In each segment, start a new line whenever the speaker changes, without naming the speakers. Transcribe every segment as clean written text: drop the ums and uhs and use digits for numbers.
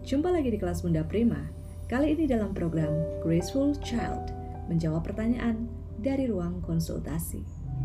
Jumpa lagi di kelas Bunda Prima. Kali ini dalam program Graceful Child, menjawab pertanyaan dari ruang konsultasi.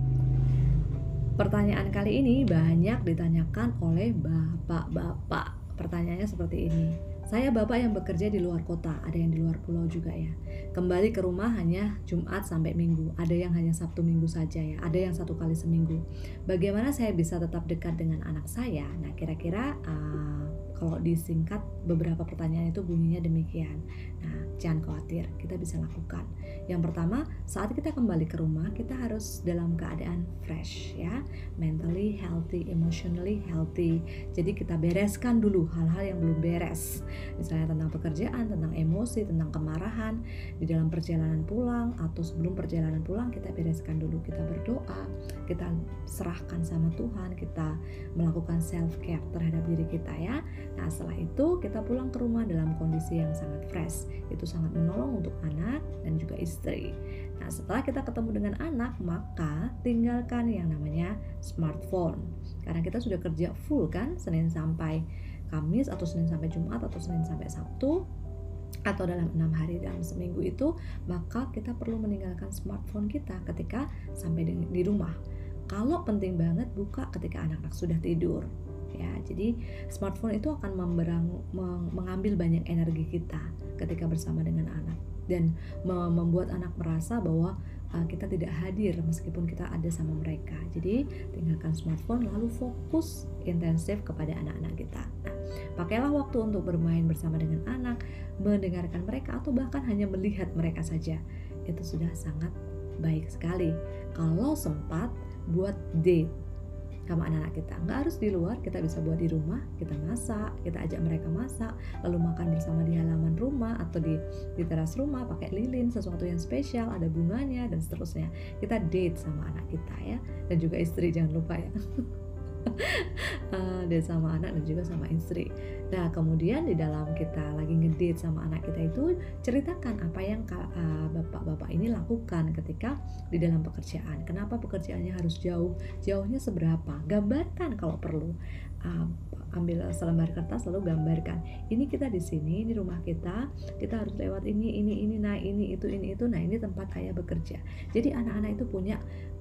Pertanyaan kali ini banyak ditanyakan oleh bapak-bapak. Pertanyaannya seperti ini. Saya bapak yang bekerja di luar kota, ada yang di luar pulau juga ya. Kembali ke rumah hanya Jumat sampai Minggu, ada yang hanya Sabtu Minggu saja ya, ada yang 1 kali seminggu. Bagaimana saya bisa tetap dekat dengan anak saya? Nah, kira-kira kalau disingkat beberapa pertanyaan itu bunyinya demikian. Nah, jangan khawatir, kita bisa lakukan. Yang pertama, saat kita kembali ke rumah, kita harus dalam keadaan fresh ya, mentally healthy, emotionally healthy. Jadi kita bereskan dulu hal-hal yang belum beres. Misalnya tentang pekerjaan, tentang emosi, tentang kemarahan. Di dalam perjalanan pulang atau sebelum perjalanan pulang, kita bereskan dulu. Kita berdoa, kita serahkan sama Tuhan, kita melakukan self care terhadap diri kita ya. Nah, setelah itu kita pulang ke rumah dalam kondisi yang sangat fresh. Itu sangat menolong untuk anak dan juga istri. Nah, setelah kita ketemu dengan anak, maka tinggalkan yang namanya smartphone. Karena kita sudah kerja full kan, Senin sampai Kamis atau Senin sampai Jumat atau Senin sampai Sabtu atau dalam 6 hari dalam seminggu itu, maka kita perlu meninggalkan smartphone kita ketika sampai di rumah. Kalau penting banget buka ketika anak-anak sudah tidur. Ya, jadi smartphone itu akan mengambil banyak energi kita ketika bersama dengan anak dan membuat anak merasa bahwa kita tidak hadir meskipun kita ada sama mereka. Jadi tinggalkan smartphone lalu fokus intensif kepada anak-anak kita. Nah, pakailah waktu untuk bermain bersama dengan anak, mendengarkan mereka atau bahkan hanya melihat mereka saja. Itu sudah sangat baik sekali. Kalau sempat buat date sama anak-anak kita, nggak harus di luar, kita bisa buat di rumah, kita masak, kita ajak mereka masak, lalu makan bersama di halaman rumah atau di teras rumah, pakai lilin, sesuatu yang spesial, ada bunganya dan seterusnya. Kita date sama anak kita ya, dan juga istri jangan lupa ya. Date sama anak dan juga sama istri. Nah, kemudian di dalam kita lagi ngedate sama anak kita itu, ceritakan apa yang bapak-bapak ini lakukan ketika di dalam pekerjaan. Kenapa pekerjaannya harus jauh? Jauhnya seberapa? Gambarkan kalau perlu. Ambil selembar kertas lalu gambarkan. Ini kita di sini, ini rumah kita harus lewat ini, nah ini itu. Nah, ini tempat ayah bekerja. Jadi anak-anak itu punya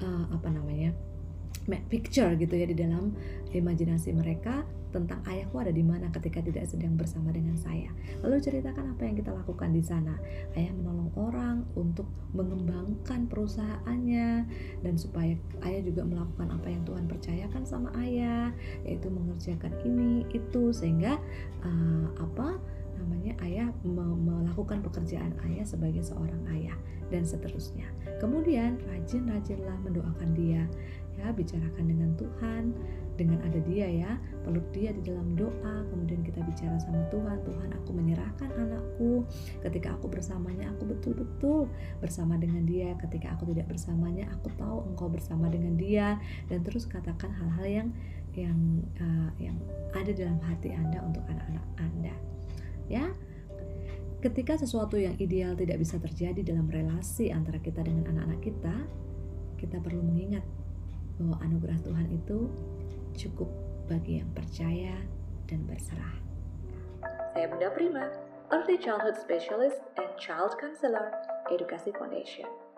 picture gitu ya di dalam imajinasi mereka tentang ayahku ada di mana ketika tidak sedang bersama dengan saya. Lalu ceritakan apa yang kita lakukan di sana. Ayah menolong orang untuk mengembangkan perusahaannya dan supaya ayah juga melakukan apa yang Tuhan percayakan sama ayah, yaitu mengerjakan ini itu sehingga ayah melakukan pekerjaan ayah sebagai seorang ayah dan seterusnya. Kemudian rajin-rajinlah mendoakan dia ya, bicarakan dengan Tuhan, dengan ada dia ya, peluk dia di dalam doa. Kemudian kita bicara sama Tuhan, Tuhan aku menyerahkan anakku, ketika aku bersamanya aku betul-betul bersama dengan dia, ketika aku tidak bersamanya aku tahu engkau bersama dengan dia, dan terus katakan hal-hal yang ada dalam hati Anda untuk anak-anak Anda ya. Ketika sesuatu yang ideal tidak bisa terjadi dalam relasi antara kita dengan anak-anak kita perlu mengingat bahwa anugerah Tuhan itu cukup bagi yang percaya dan berserah. Saya Bunda Prima, Early Childhood Specialist and Child Counselor, Edukasi Foundation.